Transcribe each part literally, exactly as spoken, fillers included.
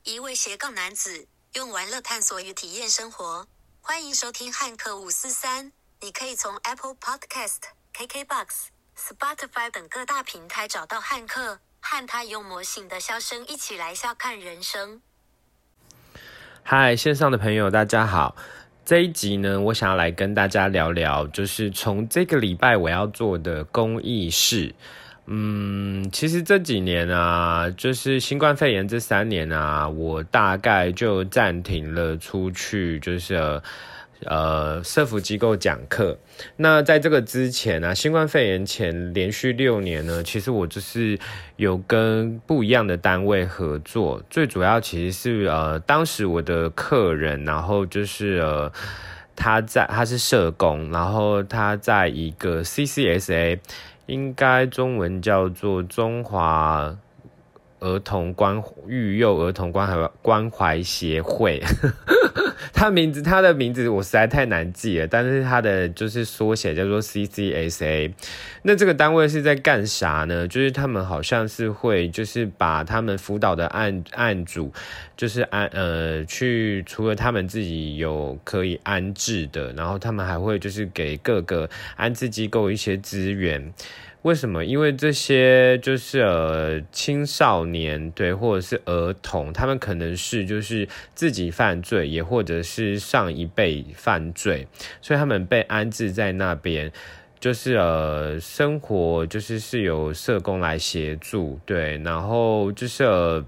一位斜杠男子用玩乐探索与体验生活。欢迎收听汉克五四三，你可以从 Apple Podcast、K K B O X、Spotify 等各大平台找到汉克，和他用魔性的笑声一起来笑看人生。 嗨，线上的朋友，大家好。这一集呢，我想要来跟大家聊聊，就是从这个礼拜我要做的公益事。嗯，其实这几年啊，就是新冠肺炎这三年啊，我大概就暂停了出去，就是呃。呃，社福机构讲课。那在这个之前啊，新冠肺炎前连续六年呢，其实我就是有跟不一样的单位合作。最主要其实是呃，当时我的客人，然后就是呃，他在他是社工，然后他在一个 C C S A， 应该中文叫做中华儿童关育幼儿童关怀关怀协会。他名字，他的名字我实在太难记了，但是他的就是缩写叫做 C C S A。那这个单位是在干啥呢？就是他们好像是会，就是把他们辅导的案案主，就是安呃去除了他们自己有可以安置的，然后他们还会就是给各个安置机构一些资源。为什么？因为这些就是呃青少年，对，或者是儿童，他们可能是就是自己犯罪，也或者是上一辈犯罪，所以他们被安置在那边，就是呃生活就是是由社工来协助，对，然后就是呃。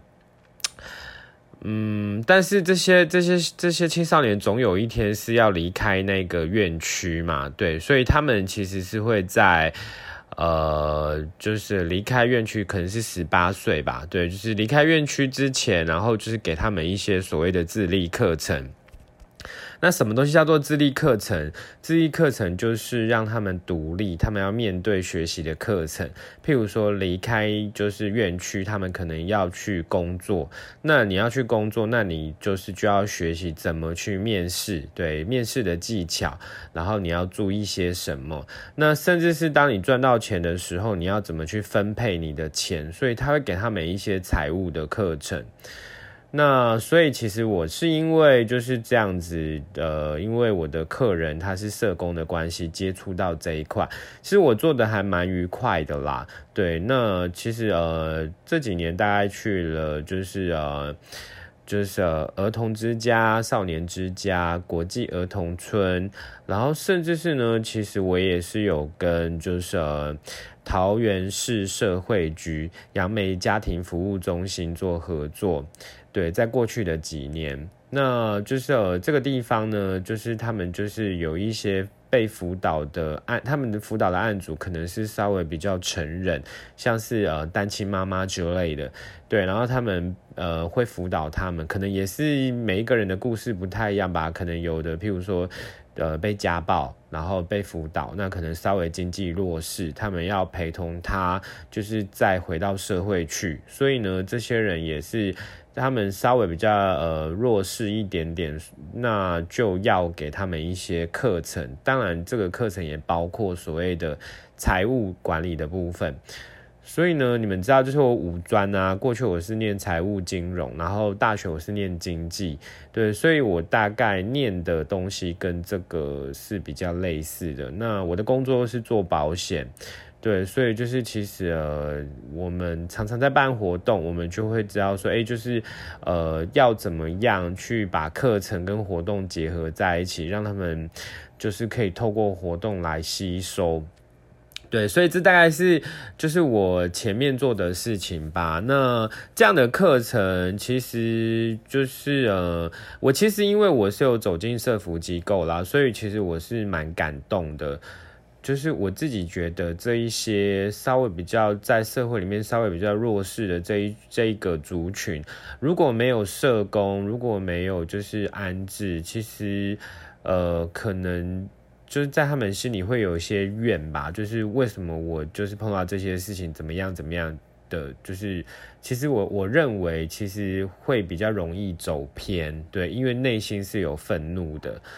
嗯，但是这些这些这些青少年总有一天是要离开那个院区嘛，对，所以他们其实是会在。呃，就是离开院区可能是十八岁吧，对，就是离开院区之前，然后就是给他们一些所谓的自立课程。那什么东西叫做自立课程？自立课程就是让他们独立，他们要面对学习的课程。譬如说离开就是院区，他们可能要去工作。那你要去工作，那你就是就要学习怎么去面试，对，面试的技巧，然后你要注意些什么。那甚至是当你赚到钱的时候，你要怎么去分配你的钱，所以他会给他们一些财务的课程。那所以其实我是因为就是这样子，呃，因为我的客人他是社工的关系，接触到这一块，其实我做的还蛮愉快的啦。对，那其实呃这几年大概去了就是呃就是呃儿童之家、少年之家、国际儿童村，然后甚至是呢，其实我也是有跟就是呃。桃园市社会局杨梅家庭服务中心做合作，对，在过去的几年，那就是呃这个地方呢，就是他们就是有一些被辅导的案，他们的辅导的案主可能是稍微比较成人，像是呃单亲妈妈之类的，对，然后他们呃会辅导他们，可能也是每一个人的故事不太一样吧，可能有的譬如说。呃，被家暴，然后被辅导，那可能稍微经济弱势，他们要陪同他，就是再回到社会去。所以呢，这些人也是他们稍微比较呃弱势一点点，那就要给他们一些课程。当然，这个课程也包括所谓的财务管理的部分。所以呢，你们知道，就是我五专啊，过去我是念财务金融，然后大学我是念经济，对，所以我大概念的东西跟这个是比较类似的。那我的工作是做保险，对，所以就是其实呃，我们常常在办活动，我们就会知道说，哎，就是呃，要怎么样去把课程跟活动结合在一起，让他们就是可以透过活动来吸收。对，所以这大概是就是我前面做的事情吧。那这样的课程其实就是呃，我其实因为我是有走进社福机构啦，所以其实我是蛮感动的。就是我自己觉得这一些稍微比较在社会里面稍微比较弱势的这一这一个族群，如果没有社工，如果没有就是安置，其实呃可能。就是在他们心里会有一些怨吧，就是为什么我就是碰到这些事情怎么样怎么样的，就是其实我我认为其实会比较容易走偏，对，因为内心是有愤怒的。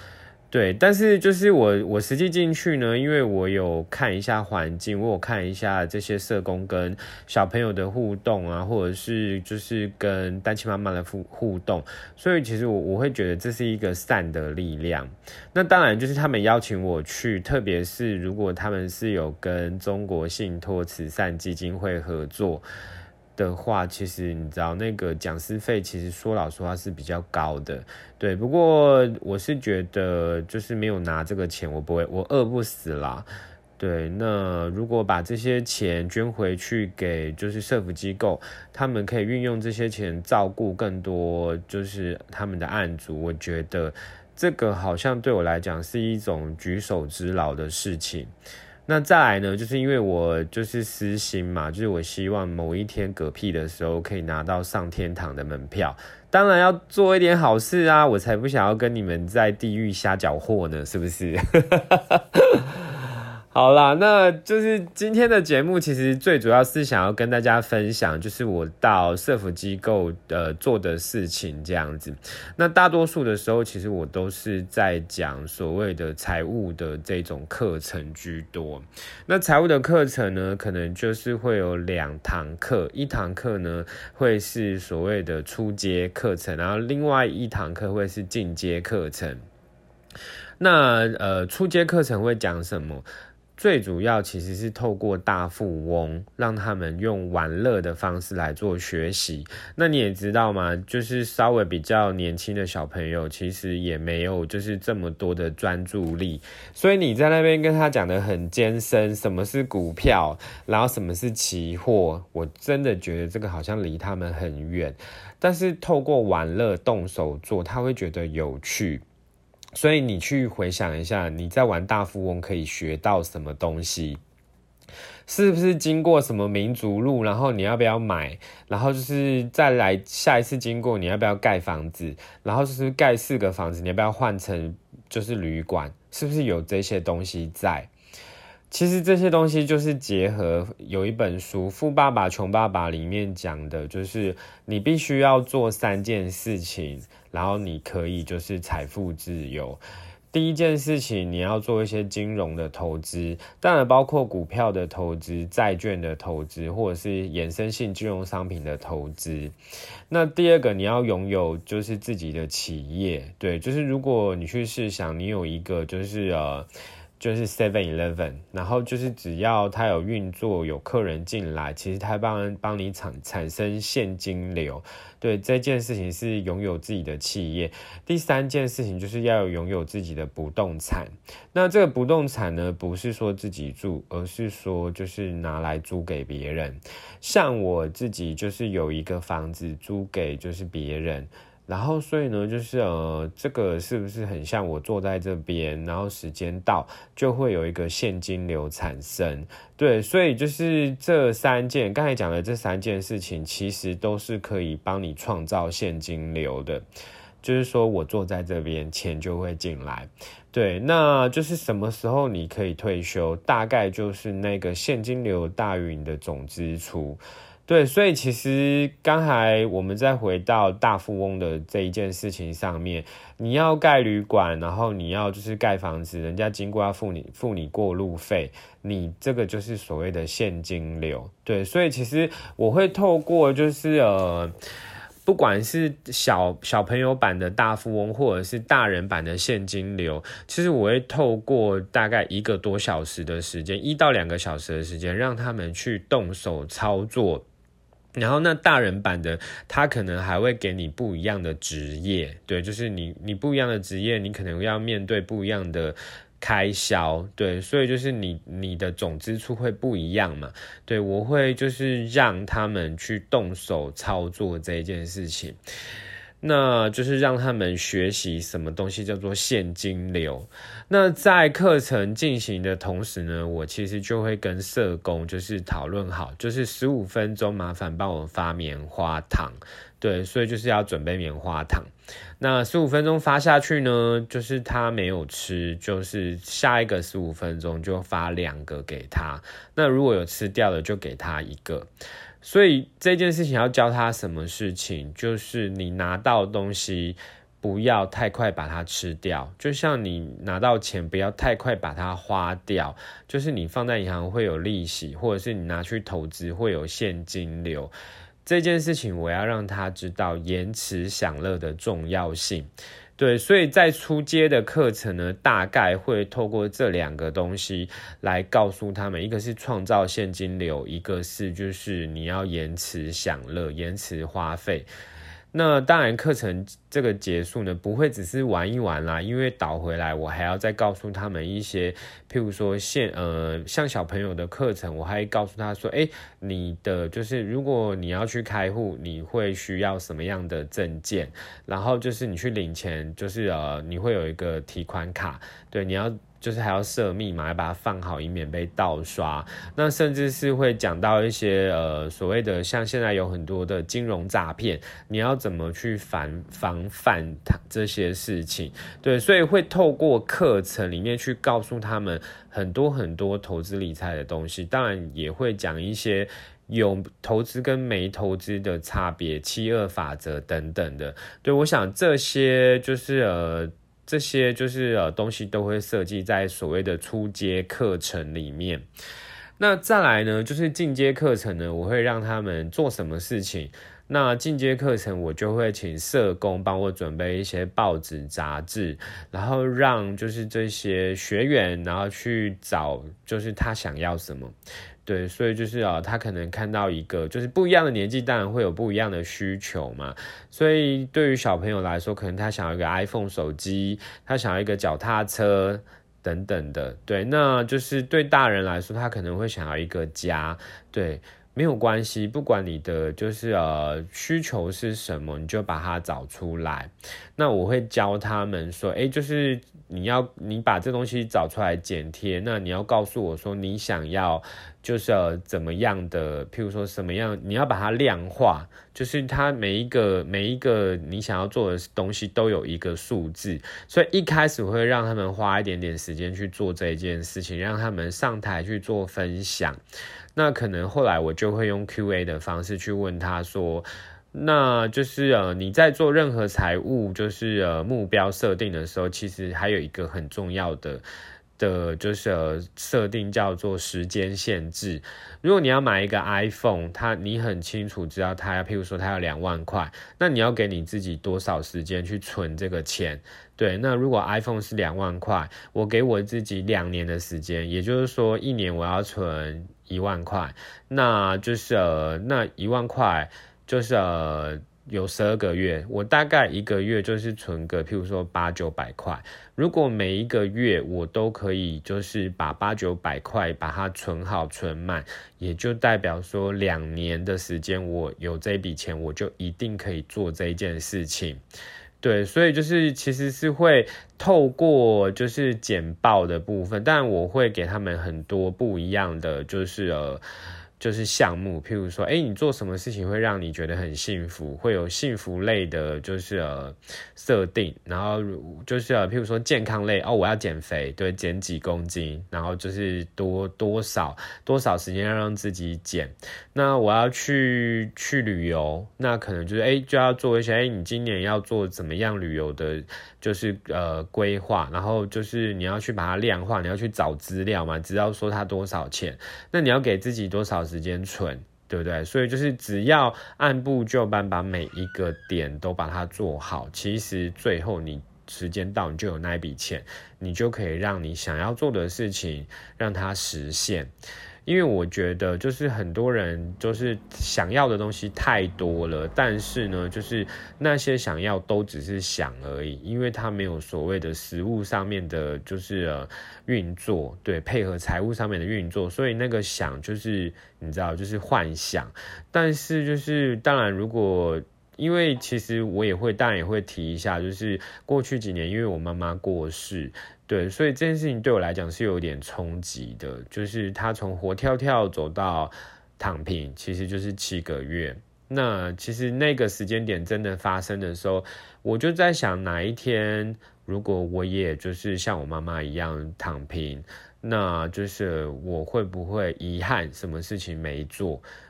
对，但是就是我我实际进去呢，因为我有看一下环境，我有看一下这些社工跟小朋友的互动啊，或者是就是跟单亲妈妈的互互动，所以其实我我会觉得这是一个善的力量。那当然就是他们邀请我去，特别是如果他们是有跟中国信托慈善基金会合作的话，其实你知道那个讲师费其实说老实话是比较高的，对。不过我是觉得就是没有拿这个钱，我不会，我饿不死啦。对，那如果把这些钱捐回去给就是社福机构，他们可以运用这些钱照顾更多就是他们的案主，我觉得这个好像对我来讲是一种举手之劳的事情。那再来呢，就是因为我就是私心嘛，就是我希望某一天嗝屁的时候可以拿到上天堂的门票，当然要做一点好事啊，我才不想要跟你们在地狱瞎搅和呢，是不是？好啦，那就是今天的节目其实最主要是想要跟大家分享，就是我到社福机构呃做的事情这样子。那大多数的时候，其实我都是在讲所谓的财务的这种课程居多。那财务的课程呢，可能就是会有两堂课，一堂课呢会是所谓的初阶课程，然后另外一堂课会是进阶课程。那呃初阶课程会讲什么？最主要其实是透过大富翁，让他们用玩乐的方式来做学习。那你也知道嘛，就是稍微比较年轻的小朋友，其实也没有就是这么多的专注力，所以你在那边跟他讲得很艰深，什么是股票，然后什么是期货，我真的觉得这个好像离他们很远。但是透过玩乐动手做，他会觉得有趣。所以你去回想一下，你在玩大富翁可以学到什么东西？是不是经过什么民族路，然后你要不要买？然后就是再来下一次经过，你要不要盖房子？然后就是盖四个房子，你要不要换成就是旅馆？是不是有这些东西在？其实这些东西就是结合有一本书《富爸爸穷爸爸》里面讲的，就是你必须要做三件事情，然后你可以就是财富自由。第一件事情，你要做一些金融的投资，当然包括股票的投资、债券的投资，或者是衍生性金融商品的投资。那第二个，你要拥有就是自己的企业，对，就是如果你去试想，你有一个就是呃。就是 seven eleven， 然后就是只要它有运作，有客人进来，其实它帮帮你产产生现金流。对，这件事情是拥有自己的企业。第三件事情就是要拥有自己的不动产。那这个不动产呢，不是说自己住，而是说就是拿来租给别人。像我自己就是有一个房子租给就是别人。然后所以呢，就是呃，这个是不是很像我坐在这边，然后时间到就会有一个现金流产生？对，所以就是这三件，刚才讲的这三件事情，其实都是可以帮你创造现金流的。就是说我坐在这边，钱就会进来。对，那就是什么时候你可以退休？大概就是那个现金流大于你的总支出。对，所以其实刚才我们再回到大富翁的这一件事情上面，你要盖旅馆，然后你要就是盖房子，人家经过要付你付你过路费，你这个就是所谓的现金流。对，所以其实我会透过就是呃。不管是小小朋友版的大富翁，或者是大人版的现金流，其实我会透过大概一个多小时的时间，一到两个小时的时间，让他们去动手操作。然后那大人版的，他可能还会给你不一样的职业，对，就是你你不一样的职业，你可能要面对不一样的开销，对，所以就是你你的总支出会不一样嘛，对，我会就是让他们去动手操作这一件事情，那就是让他们学习什么东西叫做现金流。那在课程进行的同时呢，我其实就会跟社工就是讨论好，就是十五分钟麻烦帮我发棉花糖，对，所以就是要准备棉花糖。那十五分钟发下去呢，就是他没有吃，就是下一个十五分钟就发两个给他。那如果有吃掉的，就给他一个。所以这件事情要教他什么事情，就是你拿到东西不要太快把它吃掉，就像你拿到钱不要太快把它花掉，就是你放在银行会有利息，或者是你拿去投资会有现金流，这件事情我要让他知道延迟享乐的重要性。对，所以在初阶的课程呢，大概会透过这两个东西来告诉他们，一个是创造现金流，一个是就是你要延迟享乐，延迟花费。那当然课程这个结束呢，不会只是玩一玩啦，因为倒回来我还要再告诉他们一些，譬如说现呃像小朋友的课程，我还会告诉他说，哎，你的就是如果你要去开户，你会需要什么样的证件，然后就是你去领钱，就是呃你会有一个提款卡，对，你要就是还要设密码，要把它放好，以免被盗刷。那甚至是会讲到一些呃所谓的，像现在有很多的金融诈骗，你要怎么去防防范这些事情？对，所以会透过课程里面去告诉他们很多很多投资理财的东西，当然也会讲一些有投资跟没投资的差别、七二法则等等的。对，我想这些就是呃。这些就是呃东西都会设计在所谓的初阶课程里面。那再来呢，就是进阶课程呢，我会让他们做什么事情？那进阶课程我就会请社工帮我准备一些报纸杂志，然后让就是这些学员然后去找就是他想要什么。对，所以就是啊，他可能看到一个就是不一样的年纪，当然会有不一样的需求嘛。所以对于小朋友来说，可能他想要一个 iPhone 手机，他想要一个脚踏车等等的。对，那就是对大人来说，他可能会想要一个家。对，没有关系，不管你的就是呃需求是什么，你就把它找出来。那我会教他们说，哎，就是你要你把这东西找出来剪贴，那你要告诉我说你想要就是呃怎么样的，譬如说什么样，你要把它量化，就是它每一个每一个你想要做的东西都有一个数字，所以一开始我会让他们花一点点时间去做这一件事情，让他们上台去做分享。那可能后来我就会用 Q A 的方式去问他说，那就是呃你在做任何财务就是呃目标设定的时候，其实还有一个很重要的的就是呃设定叫做时间限制。如果你要买一个 iPhone， 它你很清楚知道它要，譬如说它要两万块，那你要给你自己多少时间去存这个钱？对，那如果 iPhone 是两万块，我给我自己两年的时间，也就是说一年我要存一万块，那就是呃那一万块就是呃有十二个月，我大概一个月就是存个譬如说八九百块。如果每一个月我都可以就是把八九百块把它存好存满，也就代表说两年的时间我有这笔钱，我就一定可以做这一件事情。对，所以就是其实是会透过就是简报的部分，但我会给他们很多不一样的就是呃就是项目，譬如说，哎，你做什么事情会让你觉得很幸福，会有幸福类的，就是呃设定，然后就是呃，譬如说健康类，哦，我要减肥，对，减几公斤，然后就是多多少多少时间要让自己减。那我要去去旅游，那可能就是哎就要做一些，哎，你今年要做怎么样旅游的，就是呃规划，然后就是你要去把它量化，你要去找资料嘛，知道说它多少钱，那你要给自己多少时间存，对不对？所以就是只要按部就班把每一个点都把它做好，其实最后你时间到，你就有那一笔钱，你就可以让你想要做的事情让它实现。因为我觉得就是很多人就是想要的东西太多了，但是呢就是那些想要都只是想而已，因为它没有所谓的实务上面的就是呃运作，对，配合财务上面的运作，所以那个想就是你知道就是幻想。但是就是当然如果因为其实我也会当然也会提一下，就是过去几年因为我妈妈过世，对，所以这件事情对我来讲是有点冲击的，就是她从活跳跳走到躺平，其实就是七个月。那其实那个时间点真的发生的时候，我就在想哪一天如果我也就是像我妈妈一样躺平，那就是我会不会遗憾什么事情没做？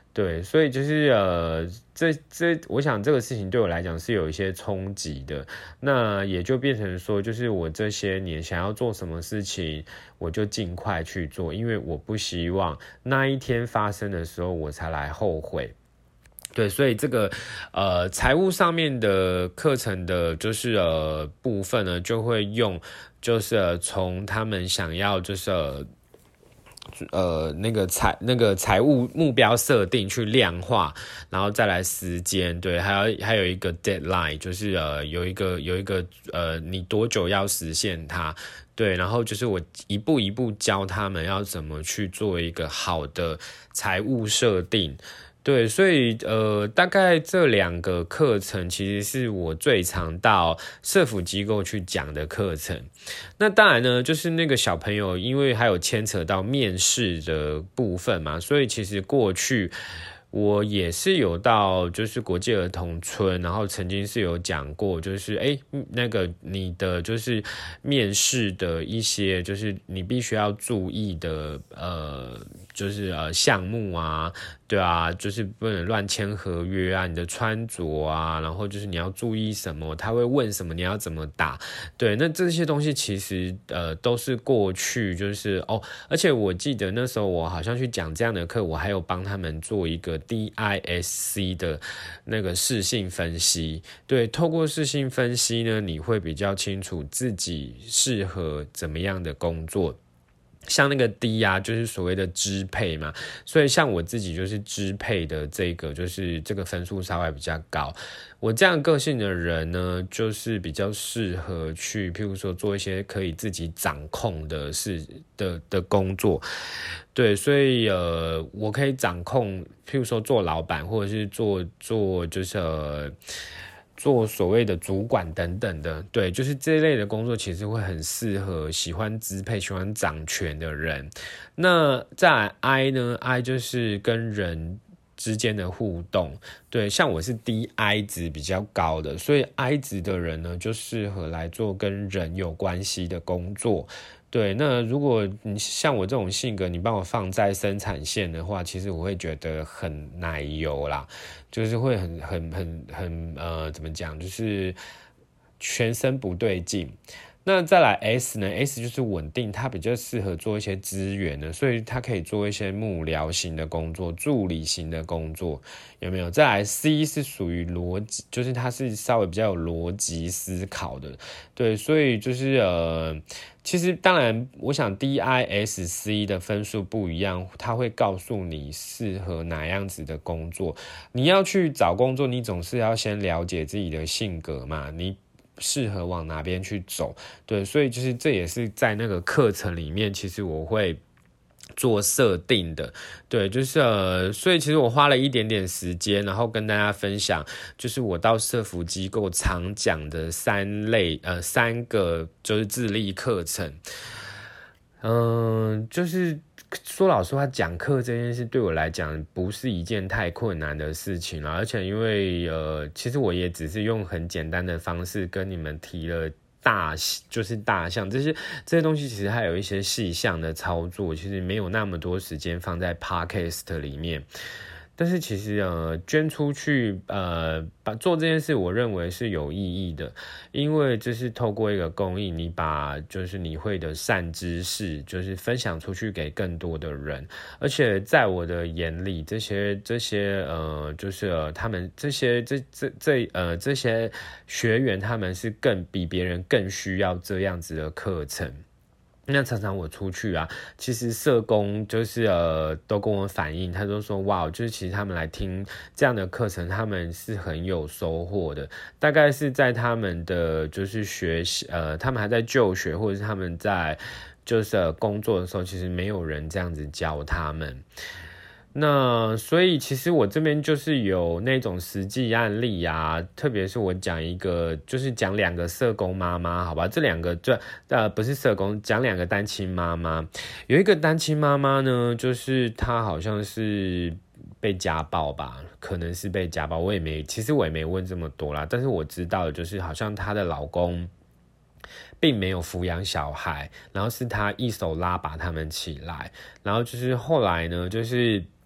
对，所以就是呃，这这，我想这个事情对我来讲是有一些冲击的。那也就变成说，就是我这些年想要做什么事情，我就尽快去做，因为我不希望那一天发生的时候我才来后悔。对，所以这个呃财务上面的课程的，就是呃部分呢，就会用就是呃从他们想要就是呃。呃，那个财那个财务目标设定去量化，然后再来时间，对，还有还有一个 deadline， 就是呃有一个有一个呃你多久要实现它，对，然后就是我一步一步教他们要怎么去做一个好的财务设定。对，所以呃，大概这两个课程其实是我最常到社福机构去讲的课程。那当然呢，就是那个小朋友，因为还有牵扯到面试的部分嘛，所以其实过去我也是有到就是国际儿童村，然后曾经是有讲过，就是哎那个你的就是面试的一些就是你必须要注意的呃就是呃项目啊。对啊，就是不能乱签合约啊，你的穿着啊，然后就是你要注意什么，他会问什么，你要怎么打。对，那这些东西其实呃都是过去就是哦，而且我记得那时候我好像去讲这样的课，我还有帮他们做一个 D I S C 的那个适性分析。对，透过适性分析呢，你会比较清楚自己适合怎么样的工作。像那个 D 啊，就是所谓的支配嘛，所以像我自己就是支配的这个，就是这个分数稍微比较高。我这样个性的人呢，就是比较适合去，譬如说做一些可以自己掌控的事的的工作。对，所以呃，我可以掌控，譬如说做老板，或者是做做就是呃。做所谓的主管等等的，对，就是这一类的工作其实会很适合喜欢支配、喜欢掌权的人。那再来 I 呢 ？I 就是跟人之间的互动，对，像我是 D I 值比较高的，所以 I 值的人呢，就适合来做跟人有关系的工作。对，那如果你像我这种性格，你帮我放在生产线的话，其实我会觉得很奶油啦，就是会很很很很呃，怎么讲，就是全身不对劲。那再来 S 呢 ？S 就是稳定，它比较适合做一些资源的，所以它可以做一些幕僚型的工作、助理型的工作，有没有？再来 C 是属于逻辑，就是它是稍微比较有逻辑思考的，对，所以就是呃，其实当然，我想 D I S C 的分数不一样，它会告诉你适合哪样子的工作。你要去找工作，你总是要先了解自己的性格嘛，你适合往哪边去走，对，所以就是这也是在那个课程里面，其实我会做设定的，对，就是呃，所以其实我花了一点点时间，然后跟大家分享，就是我到社福机构常讲的三类呃三个就是自立课程，嗯、呃，就是说老实话，讲课这件事对我来讲不是一件太困难的事情啦，而且因为呃，其实我也只是用很简单的方式跟你们提了大就是大项这些这些东西，其实还有一些细项的操作，其实没有那么多时间放在 podcast 里面。但是其实呃捐出去呃把做这件事，我认为是有意义的，因为这是透过一个公益，你把就是你会的善知识，就是分享出去给更多的人，而且在我的眼里，这些这些呃就是呃他们这些这这这呃这些学员，他们是更比别人更需要这样子的课程。那常常我出去啊，其实社工就是呃都跟我反映，他都说哇，就是其实他们来听这样的课程，他们是很有收获的。大概是在他们的就是学习呃，他们还在就学，或者是他们在就是呃工作的时候，其实没有人这样子教他们。那所以其实我这边就是有那种实际案例啊，特别是我讲一个，就是讲两个社工妈妈，好吧，这两个这呃不是社工，讲两个单亲妈妈。有一个单亲妈妈呢，就是她好像是被家暴吧，可能是被家暴，我也没，其实我也没问这么多啦，但是我知道的就是好像她的老公并没有抚养小孩，然后是她一手拉拔他们起来，然后就是后来呢，就是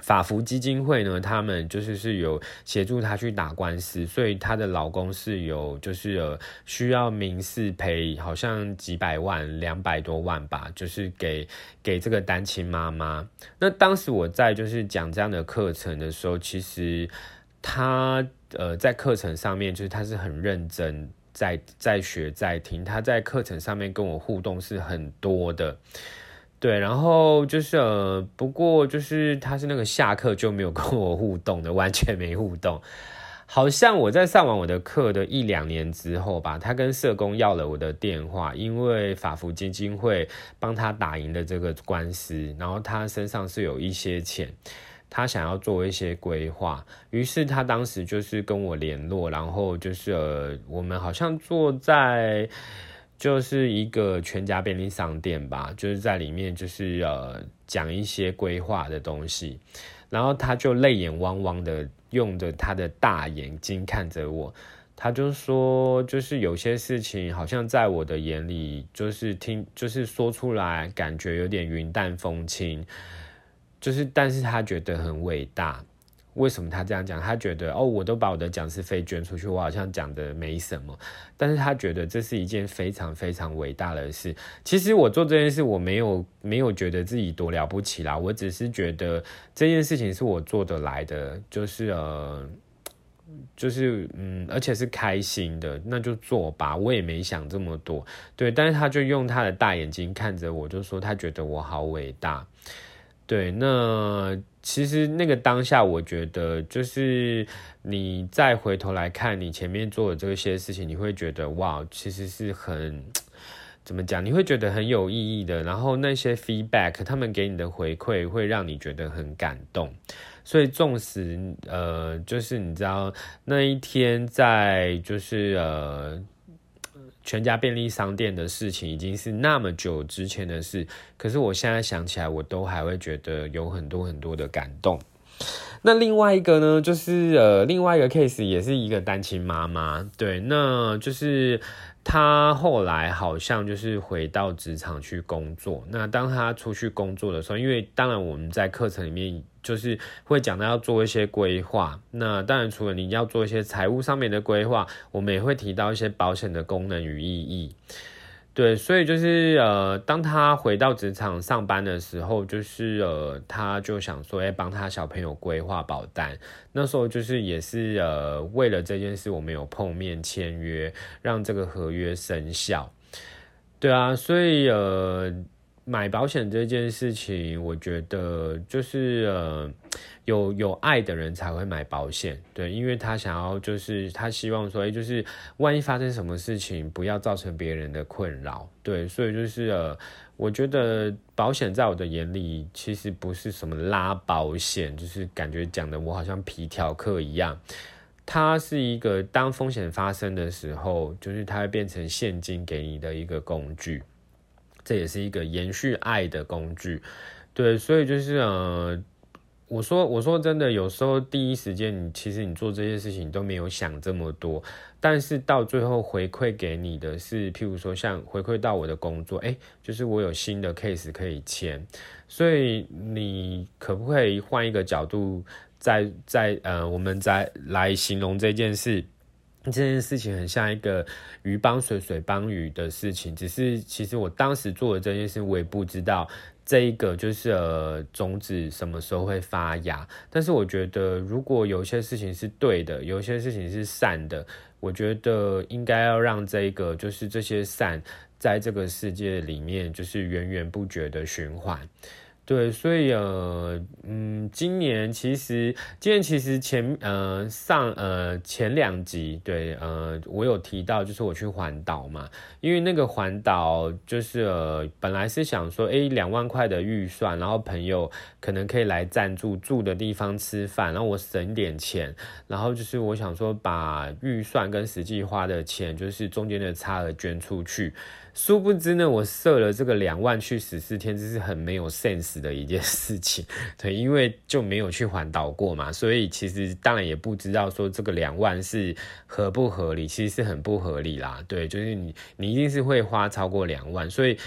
法福基金会呢，他们就是是有协助他去打官司，所以她的老公是有就是呃需要民事赔，好像几百万、两百多万吧，就是给给这个单亲妈妈。那当时我在就是讲这样的课程的时候，其实他呃在课程上面就是他是很认真在在学在听，他在课程上面跟我互动是很多的。对，然后就是呃，不过就是他是那个下课就没有跟我互动的，完全没互动。好像我在上完我的课的一两年之后吧，他跟社工要了我的电话，因为法福基金会帮他打赢了这个官司，然后他身上是有一些钱，他想要做一些规划，于是他当时就是跟我联络，然后就是呃，我们好像坐在。就是一个全家便利商店吧，就是在里面就是呃讲一些规划的东西，然后他就泪眼汪汪的用着他的大眼睛看着我，他就说就是有些事情好像在我的眼里就是听就是说出来感觉有点云淡风轻，就是但是他觉得很伟大。为什么他这样讲？他觉得哦，我都把我的讲师费捐出去，我好像讲的没什么，但是他觉得这是一件非常非常伟大的事。其实我做这件事，我没有没有觉得自己多了不起啦，我只是觉得这件事情是我做得来的，就是呃，就是嗯，而且是开心的，那就做吧。我也没想这么多，对。但是他就用他的大眼睛看着我，就说他觉得我好伟大。对，那其实那个当下，我觉得就是你再回头来看你前面做的这些事情，你会觉得哇，其实是很怎么讲？你会觉得很有意义的。然后那些 feedback， 他们给你的回馈会让你觉得很感动。所以纵使呃，就是你知道那一天在就是呃。全家便利商店的事情已经是那么久之前的事，可是我现在想起来，我都还会觉得有很多很多的感动。那另外一个呢，就是呃，另外一个 case 也是一个单亲妈妈，对，那就是她后来好像就是回到职场去工作。那当她出去工作的时候，因为当然我们在课程里面就是会讲到要做一些规划，那当然除了你要做一些财务上面的规划，我们也会提到一些保险的功能与意义。对，所以就是呃，当他回到职场上班的时候，就是呃，他就想说，哎，帮他小朋友规划保单。那时候就是也是呃，为了这件事，我们有碰面签约，让这个合约生效。对啊，所以呃。买保险这件事情，我觉得就是呃，有有爱的人才会买保险，对，因为他想要就是他希望说，哎，就是万一发生什么事情，不要造成别人的困扰，对，所以就是呃，我觉得保险在我的眼里，其实不是什么拉保险，就是感觉讲的我好像皮条客一样。它是一个当风险发生的时候，就是它会变成现金给你的一个工具。这也是一个延续爱的工具，对，所以就是呃，我说我说真的，有时候第一时间你其实你做这些事情都没有想这么多，但是到最后回馈给你的是，譬如说像回馈到我的工作，哎，就是我有新的 case 可以签，所以你可不可以换一个角度，再再呃，我们再来形容这件事？这件事情很像一个鱼帮水水帮鱼的事情，只是其实我当时做的这件事，我也不知道这一个就是呃种子什么时候会发芽。但是我觉得，如果有些事情是对的，有些事情是善的，我觉得应该要让这一个就是这些善在这个世界里面就是源源不绝的循环。对，所以呃，嗯，今年其实，今年其实前呃上呃前两集，对，呃，我有提到，就是我去环岛嘛，因为那个环岛就是呃，本来是想说，哎，两万块的预算，然后朋友可能可以来赞助住的地方吃饭，然后我省点钱，然后就是我想说把预算跟实际花的钱，就是中间的差额捐出去。殊不知呢，我设了这个两万去十四天，这是很没有 sense 的一件事情。对，因为就没有去环岛过嘛，所以其实当然也不知道说这个两万是合不合理，其实是很不合理啦。对，就是你你一定是会花超过两万，所以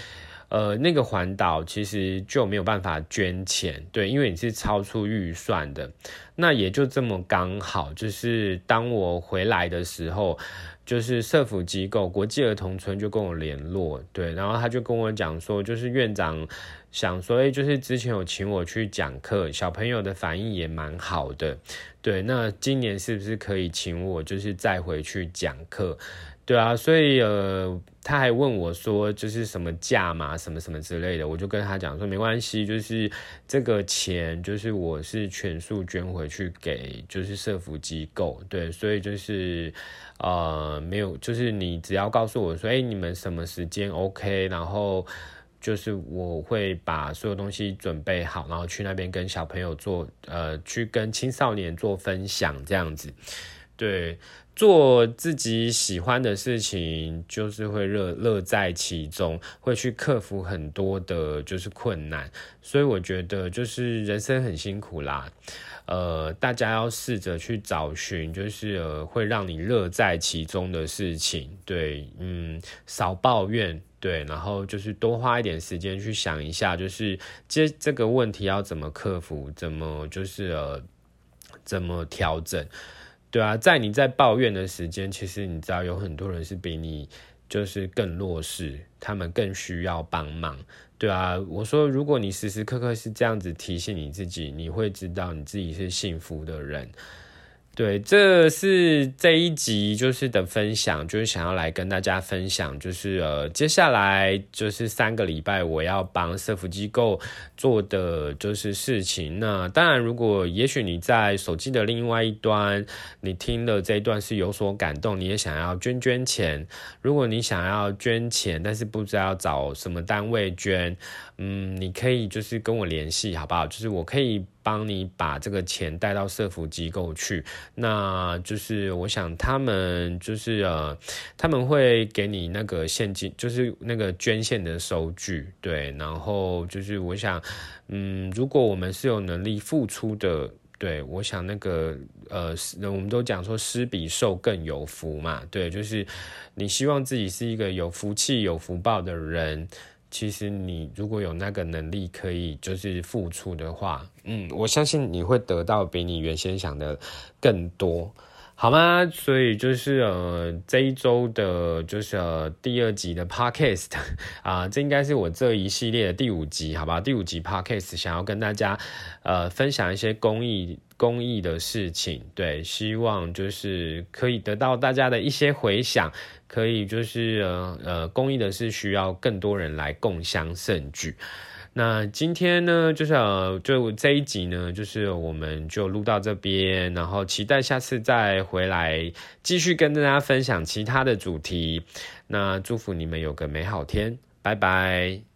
呃，那个环岛其实就没有办法捐钱，对，因为你是超出预算的。那也就这么刚好，就是当我回来的时候，就是社福机构国际儿童村就跟我联络，对，然后他就跟我讲说，就是院长想说，哎，就是之前有请我去讲课，小朋友的反应也蛮好的，对，那今年是不是可以请我就是再回去讲课？对啊，所以呃，他还问我说，就是什么价嘛，什么什么之类的，我就跟他讲说，没关系，就是这个钱，就是我是全数捐回去给就是社福机构，对，所以就是呃，没有，就是你只要告诉我说，哎，你们什么时间 OK， 然后就是我会把所有东西准备好，然后去那边跟小朋友做，呃，去跟青少年做分享这样子，对。做自己喜欢的事情，就是会乐乐在其中，会去克服很多的就是困难，所以我觉得就是人生很辛苦啦，呃，大家要试着去找寻，就是呃会让你乐在其中的事情，对，嗯，少抱怨。对，然后就是多花一点时间去想一下，就是这这个问题要怎么克服，怎么就是呃怎么调整。对啊，在你在抱怨的时间，其实你知道有很多人是比你就是更弱势，他们更需要帮忙。对啊，我说如果你时时刻刻是这样子提醒你自己，你会知道你自己是幸福的人。对，这是这一集就是的分享，就是想要来跟大家分享，就是呃，接下来就是三个礼拜我要帮社福机构做的就是事情。那当然，如果也许你在手机的另外一端，你听了这一段是有所感动，你也想要捐捐钱。如果你想要捐钱，但是不知道找什么单位捐，嗯，你可以就是跟我联系，好不好？就是我可以帮你把这个钱带到社福机构去。那就是我想他们就是呃他们会给你那个现金，就是那个捐献的收据，对，然后就是我想嗯如果我们是有能力付出的，对，我想那个呃我们都讲说施比受更有福嘛，对，就是你希望自己是一个有福气有福报的人，其实你如果有那个能力可以就是付出的话，嗯，我相信你会得到比你原先想的更多，好吗？所以就是呃这一周的就是呃第二集的 podcast 啊、呃，这应该是我这一系列的第五集，好吧？第五集 podcast 想要跟大家呃分享一些公益公益的事情，对，希望就是可以得到大家的一些回响。可以就是呃呃，公益的是需要更多人来共襄盛举。那今天呢，就是呃，就这一集呢，就是我们就录到这边，然后期待下次再回来继续跟大家分享其他的主题。那祝福你们有个美好天，拜拜。